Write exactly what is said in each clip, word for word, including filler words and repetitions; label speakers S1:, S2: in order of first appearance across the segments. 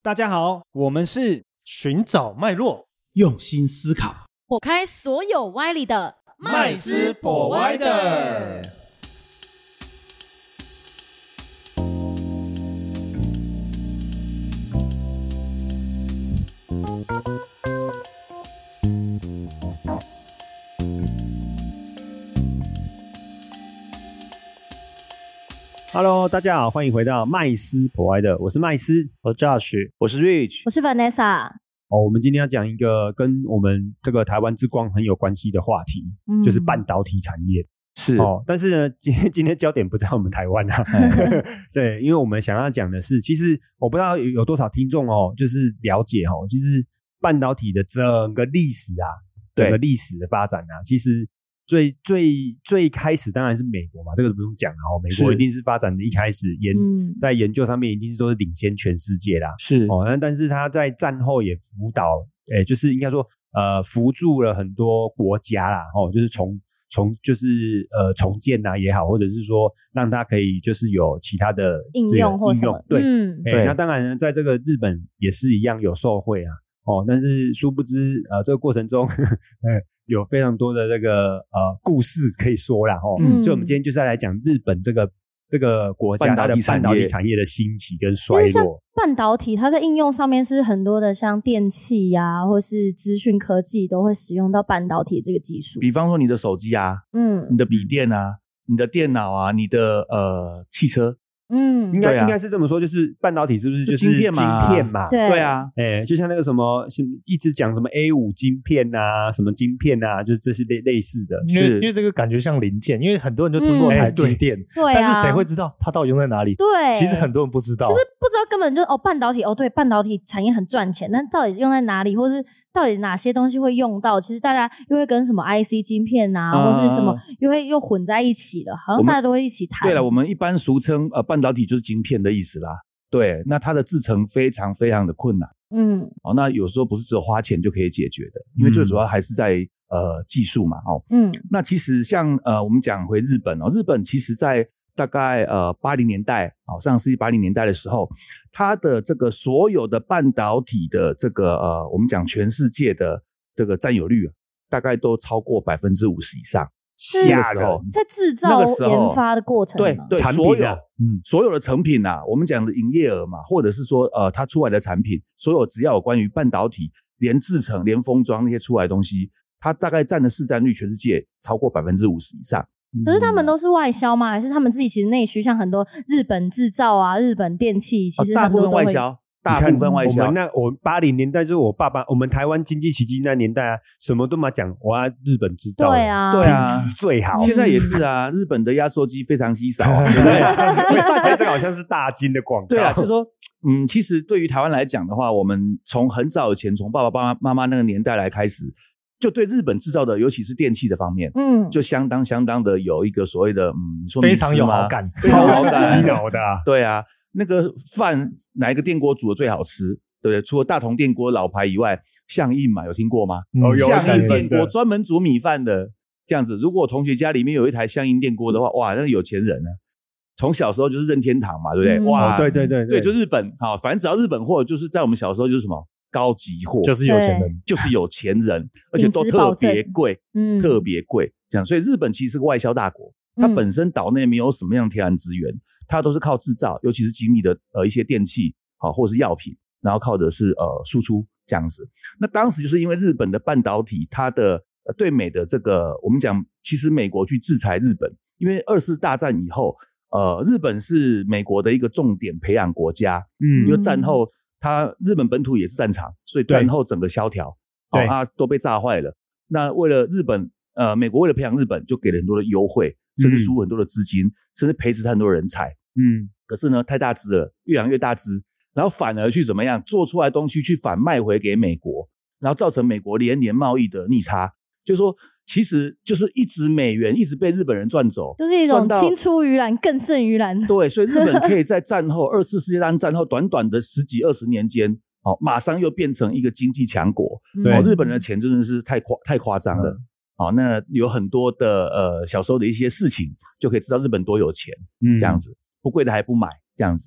S1: 大家好，我们是
S2: 寻找脉络，
S3: 用心思考，
S4: 破开所有歪理的
S2: 麦斯博歪的。
S1: Hello， 大家好，欢迎回到麦斯博歪的，我是麦斯，
S2: 我是 Josh，
S3: 我是 Rich，
S4: 我是 Vanessa。
S1: 哦，我们今天要讲一个跟我们这个台湾之光很有关系的话题，嗯、就是半导体产业。
S3: 是
S1: 哦，但是呢，今天今天焦点不在我们台湾啊，对，因为我们想要讲的是，其实我不知道有有多少听众哦，就是了解哦，其实半导体的整个历史啊，整个历史的发展啊，其实。最最最开始当然是美国嘛，这个不用讲了哦。美国一定是发展的一开始研、嗯、在研究上面一定是都是领先全世界啦。
S3: 是
S1: 哦，但是他在战后也辅导，诶，就是应该说呃扶助了很多国家啦，哦，就是重重就是呃重建啊也好，或者是说让它可以就是有其他的
S4: 应用或什么，
S1: 对，
S4: 嗯，
S1: 对。那当然呢，在这个日本也是一样有受惠啊，哦，但是殊不知呃这个过程中，呃有非常多的这个呃故事可以说啦齁、嗯、所以我们今天就是要来讲日本这个这个国家它的半导体产业的兴起跟衰落。
S4: 半导体它在应用上面是很多的，像电器啊或是资讯科技都会使用到半导体这个技术。
S3: 比方说你的手机啊，嗯，你的笔电啊，你的电脑啊，你的呃汽车。
S4: 嗯，
S1: 应该、啊、应该是这么说，就是半导体是不是就是晶片嘛？晶片嘛，
S4: 对
S3: 对啊，
S1: 哎、欸，就像那个什么，一直讲什么 A 五 晶片啊，什么晶片啊，就是这是类类似的。
S2: 因为因为这个感觉像零件，因为很多人就听过台积电、嗯，
S4: 对，
S2: 但是谁会知道它到底用在哪里？
S4: 对，
S2: 其实很多人不知道，
S4: 就是不知道根本就哦，半导体哦，对，半导体产业很赚钱，但到底用在哪里，或是到底哪些东西会用到？其实大家又会跟什么 I C 晶片啊，啊或是什么又会又混在一起了，好像大家都会一起谈。
S3: 对了，我们一般俗称呃半导体就是晶片的意思啦。对，那它的制成非常非常的困难。嗯，哦，那有时候不是只有花钱就可以解决的，因为最主要还是在、嗯、呃技术嘛。哦，嗯，那其实像呃我们讲回日本哦，日本其实在大概呃八零年代，哦上世纪八零年代的时候，它的这个所有的半导体的这个呃我们讲全世界的这个占有率、啊、大概都超过百分之五十以上。
S4: 是
S3: 那个时候
S4: 在制造、那个、研发的过程，
S3: 对对，
S1: 产品、啊、
S3: 所有嗯所有的成品啊，我们讲的营业额嘛，或者是说呃它出来的产品，所有只要有关于半导体，连制程、连封装那些出来的东西，它大概占的市占率全世界超过百分之五十以上。
S4: 可是他们都是外销吗？还是他们自己其实内需？像很多日本制造啊、日本电器，其实很多都会、
S3: 哦、大部分外销。大部分外销，
S1: 我们那我八零年代就是我爸爸，我们台湾经济奇迹那年代啊，什么都嘛讲，我要日本制造，
S4: 对啊，
S3: 对啊，
S1: 品质最好。
S3: 现在也是啊，日本的压缩机非常稀少、啊，对不对？
S1: 大家这个好像是大金的广告。
S3: 对啊，就是说，嗯，其实对于台湾来讲的话，我们从很早以前，从爸爸妈妈那个年代来开始，就对日本制造的，尤其是电器的方面，嗯，就相当相当的有一个所谓的，嗯，你说
S2: 非常有好感，
S1: 超洗脑的、啊，
S3: 对啊。那个饭哪一个电锅煮的最好吃，对不对？除了大同电锅老牌以外，象印嘛，有听过吗？
S1: 哦，有
S3: 象印电锅专门煮米饭的，这样子。如果同学家里面有一台象印电锅的话，哇，那个有钱人呢、啊。从小时候就是任天堂嘛，对不对？嗯、哇、
S1: 哦，对对对
S3: 对, 对，就日本啊，反正只要日本货，就是在我们小时候就是什么高级货，
S2: 就是有钱人，
S3: 就是有钱人，而且都特别贵，嗯，特别贵，这样。所以日本其实是个外销大国。它本身岛内没有什么样的天然资源，它都是靠制造，尤其是精密的呃一些电器好、啊、或者是药品，然后靠的是呃输出这样子。那当时就是因为日本的半导体，它的、呃、对美的这个我们讲，其实美国去制裁日本，因为二次大战以后，呃日本是美国的一个重点培养国家，嗯，因为战后它日本本土也是战场，所以战后整个萧条，对、哦、啊都被炸坏了。那为了日本呃美国为了培养日本，就给了很多的优惠。甚至输入很多的资金、嗯，甚至培植很多人才，嗯，可是呢，太大只了，越养越大只，然后反而去怎么样做出来的东西去反卖回给美国，然后造成美国连年贸易的逆差，就是说，其实就是一直美元一直被日本人赚走，
S4: 就是一种青出于蓝更胜于蓝。
S3: 对，所以日本可以在战后二次世界大战战后短短的十几二十年间，哦，马上又变成一个经济强国。对、哦，日本人的钱真的是太夸太夸张了。嗯好、哦，那有很多的呃小时候的一些事情，就可以知道日本多有钱，嗯，这样子不贵的还不买这样子。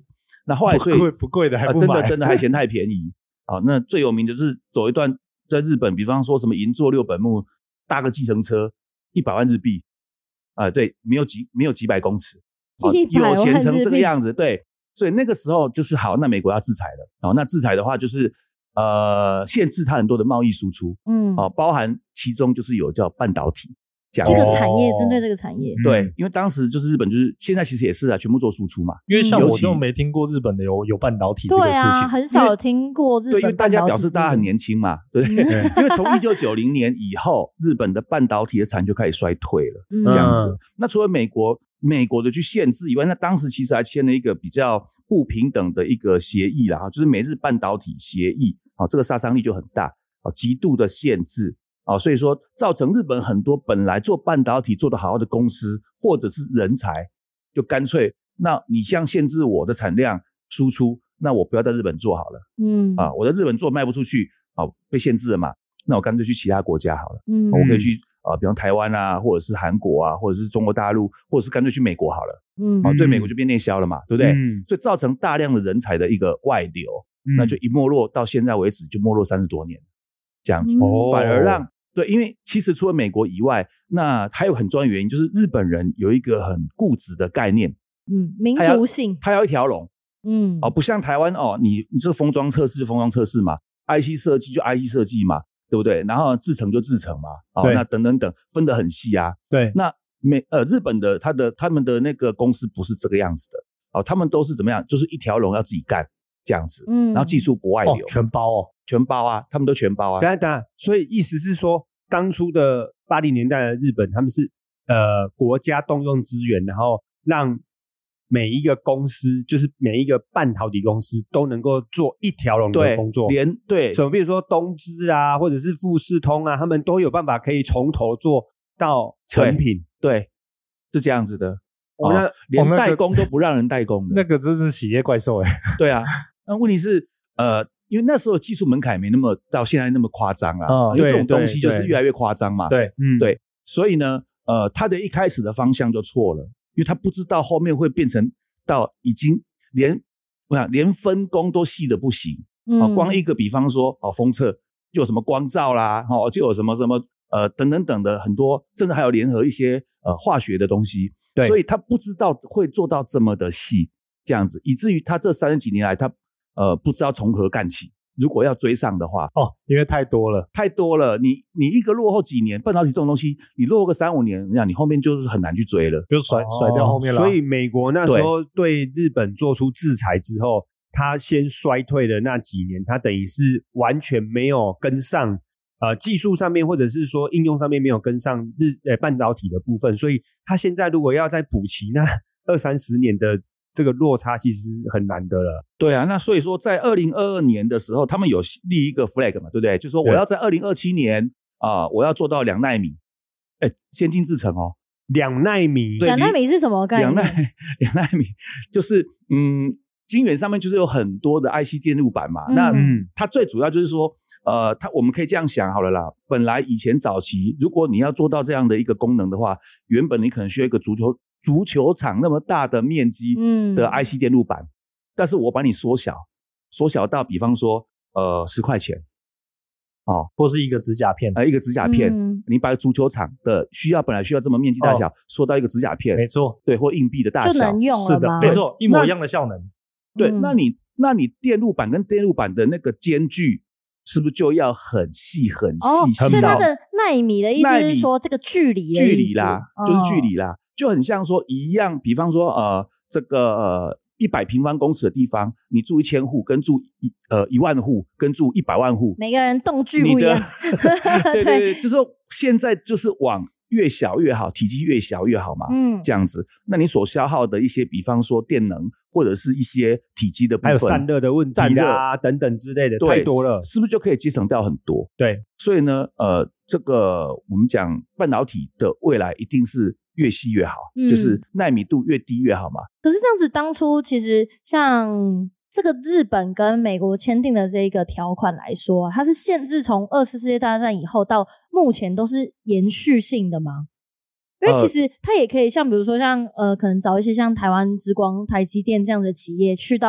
S3: 那后来所以
S2: 不贵不贵的还不买、
S3: 呃、真的真的还嫌太便宜啊。那最有名的就是走一段在日本，比方说什么银座六本木搭个计程车一百万日币啊、呃，对，没有几没有几百公尺，啊、有钱成这个样子，对。所以那个时候就是好，那美国要制裁了，哦，那制裁的话就是呃限制它很多的贸易输出，嗯，哦，包含其中就是有叫半导体这样
S4: 这个产业，针对这个产业，
S3: 对，嗯、因为当时就是日本就是现在其实也是啊，全部做输出嘛，
S2: 因为像我就没听过日本的有有半导体这个事情，
S4: 对啊，很少听过日本半导体，
S3: 对，因为大家表示大家很年轻嘛，对不对？因为从一九九零年以后，日本的半导体的产就开始衰退了，嗯、这样子。那除了美国。美国的去限制以外，那当时其实还签了一个比较不平等的一个协议啦，就是美日半导体协议，这个杀伤力就很大，极度的限制，所以说造成日本很多本来做半导体做得好好的公司或者是人才，就干脆那你像限制我的产量输出，那我不要在日本做好了，嗯，啊，我在日本做卖不出去，啊，被限制了嘛，那我干脆去其他国家好了，嗯，我可以去。啊、呃，比方台湾啊，或者是韩国啊，或者是中国大陆，或者是干脆去美国好了，嗯，啊，对美国就变内销了嘛，对不对？嗯，所以造成大量的人才的一个外流，嗯、那就一没落到现在为止就没落三十多年，这样子，嗯、反而让对，因为其实除了美国以外，那还有很重要的原因就是日本人有一个很固执的概念，
S4: 嗯，民族性，
S3: 他要一条龙，嗯，哦，不像台湾哦，你你这封装测试就封装测试嘛 ，I C 设计就 I C 设计嘛。对不对？然后制程就制程嘛，哦，那等等等分得很细啊。
S1: 对，
S3: 那美呃日本的他的他们的那个公司不是这个样子的，哦，他们都是怎么样？就是一条龙要自己干这样子，嗯，然后技术不外流，
S2: 哦、全包哦，
S3: 全包啊，他们都全包啊。
S1: 当然当然，所以意思是说，当初的八零年代的日本，他们是呃国家动用资源，然后让每一个公司，就是每一个半导体公司都能够做一条龙的工作，
S3: 连对，
S1: 什么比如说东芝啊，或者是富士通啊，他们都有办法可以从头做到成品，
S3: 对，对是这样子的。哦，那连代工都不让人代工的，
S2: 那个真是企业怪兽哎。
S3: 对啊，那问题是呃，因为那时候技术门槛没那么到现在那么夸张啊，哦，因为这种东西就是越来越夸张嘛。
S2: 对，
S3: 嗯，对，所以呢，呃，他的一开始的方向就错了。因为他不知道后面会变成到已经连我想连分工都细的不行，嗯哦，光一个比方说哦封测就有什么光照啦，哦就有什么什么呃等等等的很多，甚至还有联合一些呃化学的东西，对，所以他不知道会做到这么的细这样子，以至于他这三十几年来他呃不知道从何干起。如果要追上的话，
S2: 哦，因为太多了，
S3: 太多了。你你一个落后几年，半导体这种东西，你落后个三五年，你想你后面就是很难去追了，
S2: 就甩、哦、甩掉后面了。
S1: 所以美国那时候对日本做出制裁之后，他先衰退的那几年，他等于是完全没有跟上，呃，技术上面或者是说应用上面没有跟上日呃半导体的部分，所以他现在如果要再补齐那二三十年的。这个落差其实很难的了。
S3: 对啊，那所以说在二零二二年的时候，他们有立一个 flag 嘛，对不对？就是说我要在二零二七年啊、呃，我要做到两奈米，哎，先进制程哦，
S1: 两奈米，
S4: 两奈米是什么概念？
S3: 两奈两奈米就是嗯，晶圆上面就是有很多的 I C 电路板嘛，嗯、那嗯，它最主要就是说，呃，它我们可以这样想好了啦。本来以前早期，如果你要做到这样的一个功能的话，原本你可能需要一个足球。足球场那么大的面积的 I C 电路板，嗯、但是我把你缩小，缩小到比方说呃十块钱，
S2: 哦，或是一个指甲片，
S3: 呃一个指甲片，嗯、你把足球场的需要本来需要这么面积大小，缩、哦、到一个指甲片，
S2: 没错，
S3: 对，或硬币的大小，
S4: 就能用了吗？
S2: 是的，没错，一模一样的效能。
S3: 对，嗯、那你那你电路板跟电路板的那个间距。是不是就要很细很细？
S4: 哦，所以它的奈米的意思是说这个距离的
S3: 距离啦，哦、就是距离啦，就很像说一样。比方说，呃，这个呃一百平方公尺的地方，你住一千户，跟住一呃一万户，跟住一百万户，
S4: 每个人动距不一样。
S3: 对对对，就是说现在就是往越小越好，体积越小越好嘛。嗯，这样子，那你所消耗的一些，比方说电能。或者是一些体积的部分，
S1: 还有散热的问题啊等等之类的，太多了，
S3: 是不是就可以节省掉很多？
S1: 对，
S3: 所以呢，呃，这个我们讲半导体的未来一定是越细越好，嗯、就是奈米度越低越好嘛。
S4: 可是这样子，当初其实像这个日本跟美国签订的这个条款来说，它是限制从二次世界大战以后到目前都是延续性的吗？因为其实它也可以像比如说像呃可能找一些像台湾之光、台积电这样的企业去到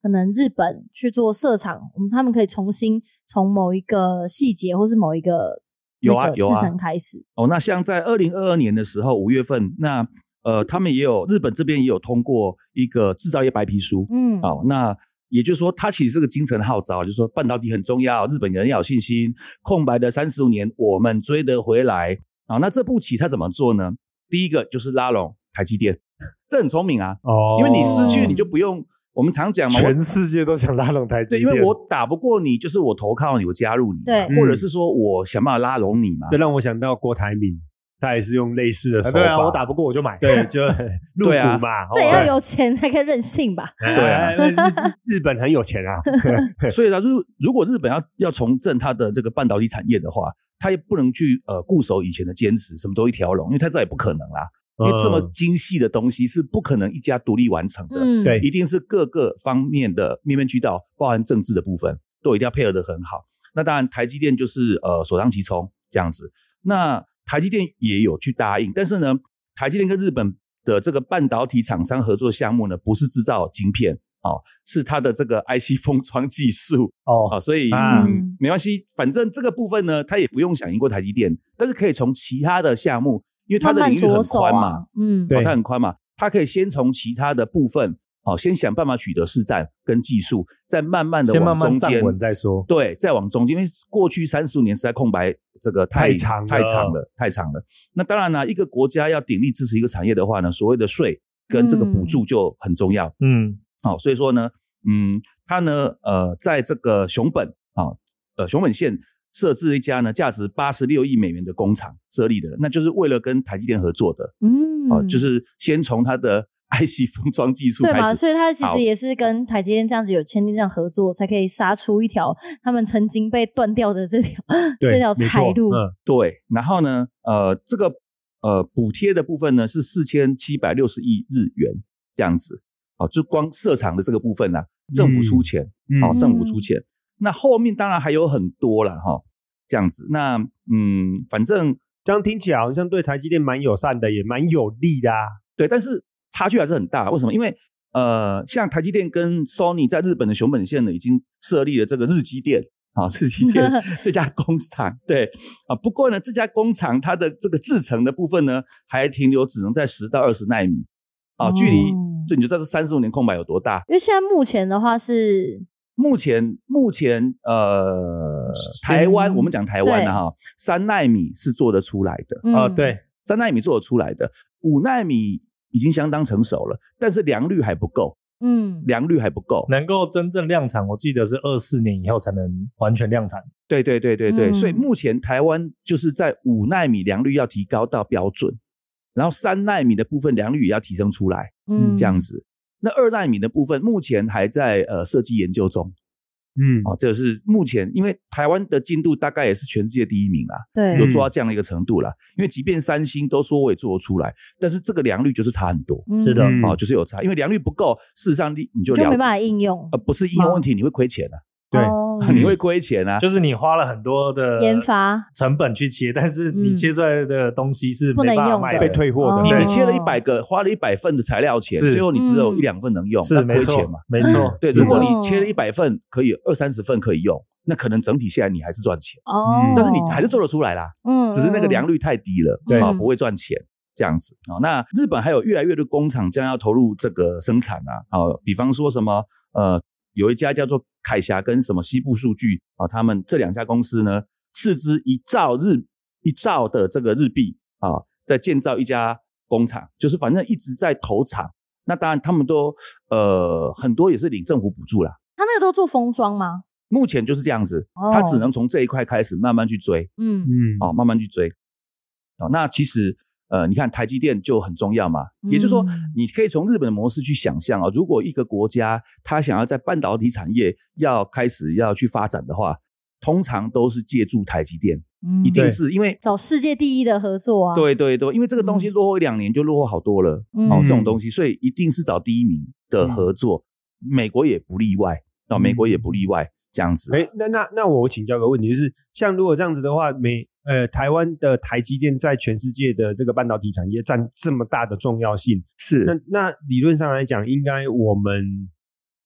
S4: 可能日本去做设厂，我们他们可以重新从某一个细节或是某一个
S3: 有啊有啊
S4: 制程开始。
S3: 哦，那像在二零二二年的时候五月份，那呃他们也有日本这边也有通过一个制造业白皮书，嗯，好、哦，那也就是说它其实是个精神号召，就是说半导体很重要，日本人要有信心，空白的三十五年我们追得回来。好、哦，那这步棋他怎么做呢？第一个就是拉拢台积电，这很聪明啊，哦，因为你失去你就不用。我们常讲嘛，
S2: 全世界都想拉拢台积电，
S3: 因为我打不过你，就是我投靠你，我加入你，
S4: 对，
S3: 或者是说我想办法拉拢你嘛。
S1: 这让我想到郭台铭，他也是用类似的手法。
S2: 对啊，我打不过我就买，
S1: 对，就入股嘛。
S4: 这也要有钱才可以任性吧？
S1: 对啊，日本很有钱啊。
S3: 所以呢，如如果日本要要重振它的这个半导体产业的话，他也不能去呃固守以前的坚持，什么都一条龙，因为他这也不可能啦。因为这么精细的东西是不可能一家独立完成的，嗯，对，一定是各个方面的面面俱到，包含政治的部分都一定要配合得很好。那当然台积电就是呃首当其冲这样子。那台积电也有去答应，但是呢，台积电跟日本的这个半导体厂商合作项目呢，不是制造晶片哦，是它的这个 I C 封装技术哦，哦，所以嗯没关系，反正这个部分呢，它也不用想赢过台积电，但是可以从其他的项目。因为它的领域很宽嘛，慢慢嗯，对、哦，它很宽嘛，它可以先从其他的部分，哦，先想办法取得市占跟技术，再慢慢的往中间，先慢慢站
S2: 稳再说，
S3: 对，再往中间，因为过去三十五年实在空白，这个太
S1: 太长了，
S3: 太长了，太长了。那当然呢，一个国家要鼎力支持一个产业的话呢，所谓的税跟这个补助就很重要，嗯，好、哦，所以说呢，嗯，它呢，呃，在这个熊本啊、哦，呃，熊本县。设置一家呢价值八十六亿美元的工厂设立的，那就是为了跟台积电合作的，嗯，哦，就是先从它的 I C 封装技术开始，
S4: 对嘛？所以它其实也是跟台积电这样子有签订这样合作，才可以杀出一条他们曾经被断掉的这条这条财路、嗯。
S3: 对，然后呢，呃，这个呃补贴的部分呢是四千七百六十亿日元这样子，哦，就光设厂的这个部分啊，政府出钱，嗯、哦，政府出钱。嗯那后面当然还有很多啦齁，这样子。那嗯，反正
S1: 这样听起来好像对台积电蛮友善的，也蛮有利的啊。
S3: 对，但是差距还是很大。为什么？因为呃，像台积电跟 Sony 在日本的熊本县呢，已经设立了这个日积电啊，日积电这家工厂。对啊，不过呢，这家工厂它的这个制程的部分呢，还停留只能在十到二十奈米啊，距离对你就知道这三十五年空白有多大。
S4: 因为现在目前的话是。
S3: 目前目前呃，台湾我们讲台湾的哈，三奈米是做得出来的
S1: 啊、嗯哦，对，
S3: 三奈米做得出来的，五奈米已经相当成熟了，但是良率还不够，嗯，良率还不够，
S2: 能够真正量产，我记得是二四年以后才能完全量产。
S3: 对对对对对，嗯、所以目前台湾就是在五奈米良率要提高到标准，然后三奈米的部分良率也要提升出来，嗯，这样子。那二奈米的部分目前还在呃设计研究中，嗯，哦，这是目前因为台湾的进度大概也是全世界第一名啦，
S4: 对，
S3: 有做到这样的一个程度啦。因为即便三星都说我也做得出来，但是这个良率就是差很多，
S2: 嗯、是的，
S3: 哦，就是有差，因为良率不够，事实上你你就
S4: 就没办法应用，
S3: 呃，不是应用问题，你会亏钱啊。
S1: 对、
S4: 哦，
S3: 你会亏钱啊，
S2: 就是你花了很多的
S4: 研发
S2: 成本去切，但是你切出来的东西是没办法卖的，
S1: 被退货的。
S3: 你你切了一百个，花了一百份的材料钱，最后你只有一两份能用，
S2: 是没错嘛？没错，
S3: 对。如果你切了一百份，可以二三十份可以用，那可能整体下来你还是赚钱哦，但是你还是做得出来啦，嗯，只是那个良率太低了，对啊，不会赚钱。这样子啊、哦，那日本还有越来越多工厂将要投入这个生产啊，哦，比方说什么呃。有一家叫做凯霞跟什么西部数据啊，他们这两家公司呢，斥资一兆日一兆的这个日币啊，在建造一家工厂，就是反正一直在投厂。那当然他们都呃很多也是领政府补助啦。
S4: 他那个都做封装吗？
S3: 目前就是这样子，哦、他只能从这一块开始慢慢去追，嗯嗯，哦，慢慢去追。哦，那其实。呃，你看台积电就很重要嘛，嗯、也就是说，你可以从日本的模式去想象啊、哦，如果一个国家它想要在半导体产业要开始要去发展的话，通常都是借助台积电，嗯、一定是因为
S4: 找世界第一的合作啊。
S3: 对对对，因为这个东西落后一两年就落后好多了，嗯、哦，这种东西，所以一定是找第一名的合作，嗯、美国也不例外，哦，美国也不例外。这样子，
S1: 哎，那那那我请教个问题，就是像如果这样子的话，美呃台湾的台积电在全世界的这个半导体产业占这么大的重要性，
S3: 是
S1: 那那理论上来讲，应该我们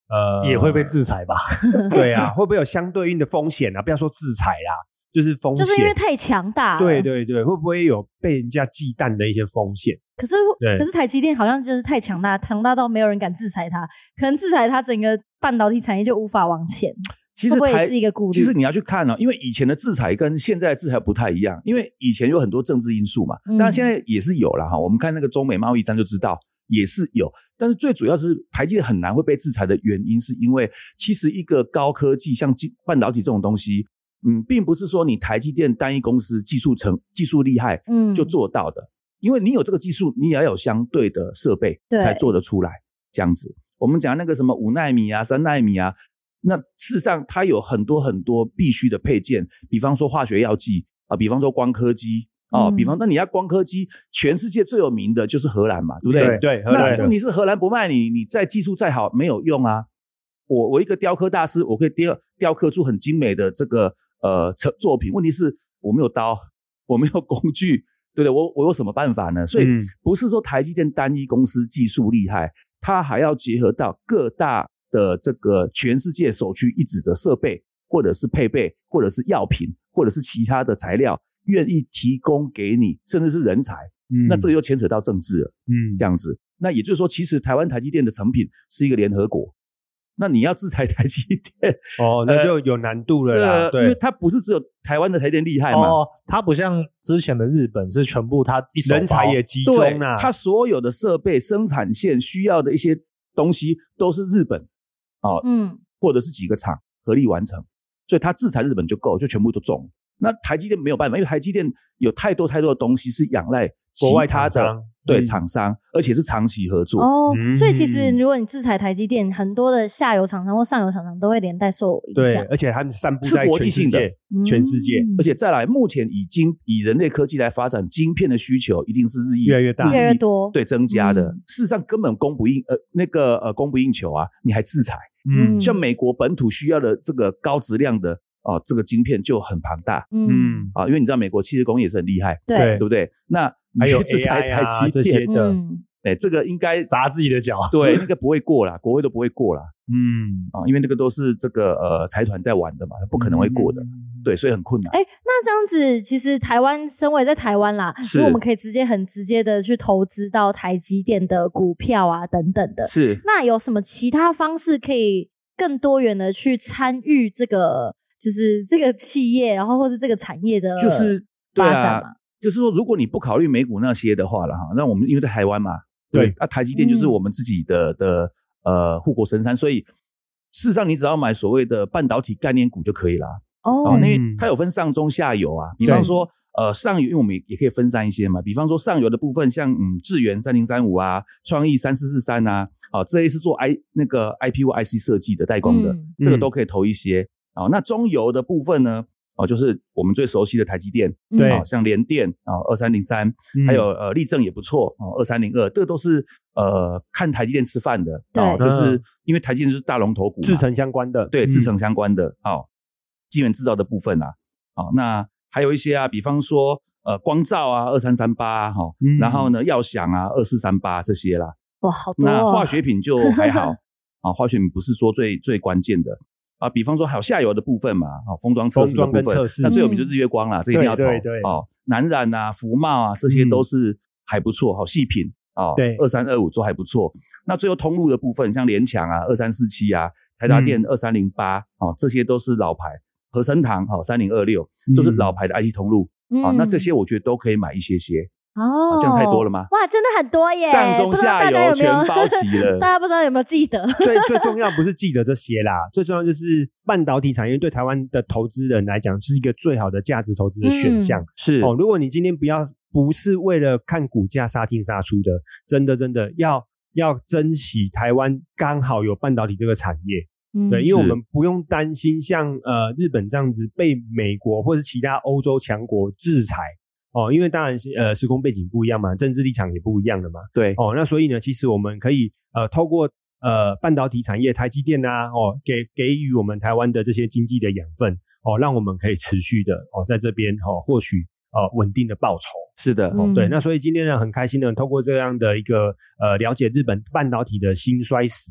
S1: 呃
S2: 也会被制裁吧？
S1: 对啊，会不会有相对应的风险啊？不要说制裁啦，就是风险，
S4: 就是因为太强大了。
S1: 对对对，会不会有被人家忌惮的一些风险？
S4: 可是可是台积电好像就是太强大，强大到没有人敢制裁它，可能制裁它整个半导体产业就无法往前。
S3: 其实
S4: 会不会也是一个顾虑？
S3: 其实你要去看哦，因为以前的制裁跟现在的制裁不太一样，因为以前有很多政治因素嘛，当然现在也是有啦哈。我们看那个中美贸易战就知道也是有，但是最主要是台积电很难会被制裁的原因，是因为其实一个高科技像半导体这种东西，嗯，并不是说你台积电单一公司技术成技术厉害就做到的，嗯，因为你有这个技术，你也要有相对的设备才做得出来。这样子，我们讲那个什么五奈米啊、三奈米啊。那事实上它有很多很多必须的配件，比方说化学药剂啊，比方说光刻机啊，嗯，比方那你要光刻机，全世界最有名的就是荷兰嘛，对不对？
S1: 对对，荷兰。
S3: 那问题是荷兰不卖你，你再技术再好没有用啊。我我一个雕刻大师，我可以雕雕刻出很精美的这个呃作品，问题是我没有刀，我没有工具，对不对？我我有什么办法呢？所以不是说台积电单一公司技术厉害，它还要结合到各大的这个全世界首屈一指的设备，或者是配备，或者是药品，或者是其他的材料，愿意提供给你，甚至是人才，嗯，那这个又牵扯到政治了，嗯，这样子。那也就是说，其实台湾台积电的成品是一个联合国，那你要制裁台积电，
S1: 哦，那就有难度了啦，
S3: 呃、对，因为它不是只有台湾的台积电厉害嘛，
S2: 哦，它不像之前的日本是全部它一手包，
S1: 人才也集中啊，
S3: 它所有的设备、生产线需要的一些东西都是日本。哦，嗯，或者是几个厂合力完成，所以他制裁日本就够，就全部都中。那台积电没有办法，因为台积电有太多太多的东西是仰赖
S1: 国外厂商，
S3: 对，厂商，而且是长期合作。
S4: 哦，嗯，所以其实如果你制裁台积电，很多的下游厂商或上游厂商都会连带受影响。
S1: 对，而且他们散布在全世界，是国际性的，全世界。
S3: 而且再来，目前以晶以人类科技来发展晶片的需求，一定是日益
S1: 越来越大，
S4: 越来越多，
S3: 对，增加的。嗯，事实上根本供不应，呃，那个呃供不应求啊，你还制裁。嗯，像美国本土需要的这个高质量的哦，这个晶片就很庞大。嗯，啊，因为你知道美国汽车工业也是很厉害，
S4: 对，
S3: 对不对？那
S1: 还有 A I 啊这些的，
S3: 哎，这个应该
S2: 砸自己的脚，
S3: 对，那个不会过啦，国会都不会过啦。嗯，啊，因为这个都是这个呃财团在玩的嘛，不可能会过的。嗯，对，所以很困难。
S4: 哎，那这样子，其实台湾身为在台湾啦，所以我们可以直接很直接的去投资到台积电的股票啊等等的。
S3: 是，
S4: 那有什么其他方式可以更多元的去参与这个，就是这个企业，然后或是这个产业的
S3: 就是
S4: 发展嘛？
S3: 就是说，如果你不考虑美股那些的话了哈，那我们因为在台湾嘛，对，那、啊、台积电就是我们自己的、嗯、的呃护国神山，所以事实上你只要买所谓的半导体概念股就可以啦。哦，因为它有分上中下游啊，比方说呃上游，因为我们也可以分散一些嘛，比方说上游的部分，像嗯智原三零三五啊，创意三四四三啊，啊这些是做 I 那个 I P 或 I C 设计的代工的，嗯、这个都可以投一些。啊，那中游的部分呢？哦，就是我们最熟悉的台积电，对，哦、像联电啊，二三零三，还有呃立正也不错哦，二三零二，这个都是呃看台积电吃饭的，
S4: 对，
S3: 哦，就是因为台积电是大龙头股，
S1: 制程相关的，
S3: 对，制程相关的，哦，晶圆制造的部分啊，哦，那还有一些啊，比方说呃光罩啊，二三三八哈，然后呢耀享啊，二四三八这些啦，
S4: 哇，好多、哦。
S3: 那化学品就还好啊，化学品不是说最最关键的。啊，比方说还有下游的部分嘛，啊，封装测试的部分，那最有名就是日月光啦，嗯、这一定要投。
S1: 对对对。
S3: 哦，南染啊、福茂啊，这些都是还不错，好、嗯、细品啊，对，二三二五做还不错。那最后通路的部分，像联强啊、二三四七啊、台达电二三零八，哦，这些都是老牌。和生堂好三零二六都是老牌的 I C 通路，嗯、啊，那这些我觉得都可以买一些些。哦、啊，这样太多了吗？
S4: 哇，真的很多耶！
S3: 上中下游全包齐了。
S4: 大家不知道有没有记得？
S1: 最最重要不是记得这些啦，最重要就是半导体产业对台湾的投资人来讲是一个最好的价值投资的选项。嗯、
S3: 是哦，
S1: 如果你今天不要不是为了看股价杀进杀出的，真的真的要要珍惜台湾刚好有半导体这个产业。嗯、对，因为我们不用担心像呃日本这样子被美国或是其他欧洲强国制裁。哦，因为当然是呃时空背景不一样嘛，政治立场也不一样的嘛。
S3: 对，
S1: 哦，那所以呢，其实我们可以呃透过呃半导体产业，台积电啊，哦给给予我们台湾的这些经济的养分，哦，让我们可以持续的哦在这边哦获取呃稳定的报酬。
S3: 是的，
S1: 哦、嗯、对，那所以今天呢很开心的透过这样的一个呃了解日本半导体的兴衰史啊，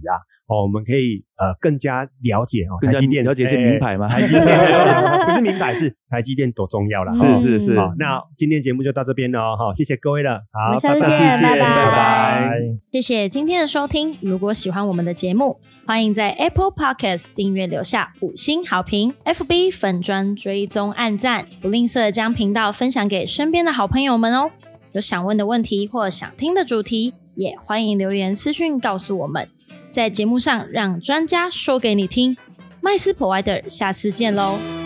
S1: 哦，我们可以呃更加了解哦，
S3: 更加
S1: 台积电
S3: 了解一些名牌吗？
S1: 台积电不是名牌，是台积电多重要啦。
S3: 是是是。
S1: 好，那今天节目就到这边了哦，好，谢谢各位了，好，
S4: 我们下次见，
S1: 拜
S4: 拜
S3: 拜。
S4: 谢谢今天的收听，如果喜欢我们的节目，欢迎在 Apple Podcast 订阅留下五星好评 ，F B 粉专追踪按赞，不吝啬将频道分享给身边的好朋友们哦。有想问的问题或想听的主题，也欢迎留言私讯告诉我们，在节目上让专家说给你听。麦斯 Provider， 下次见喽。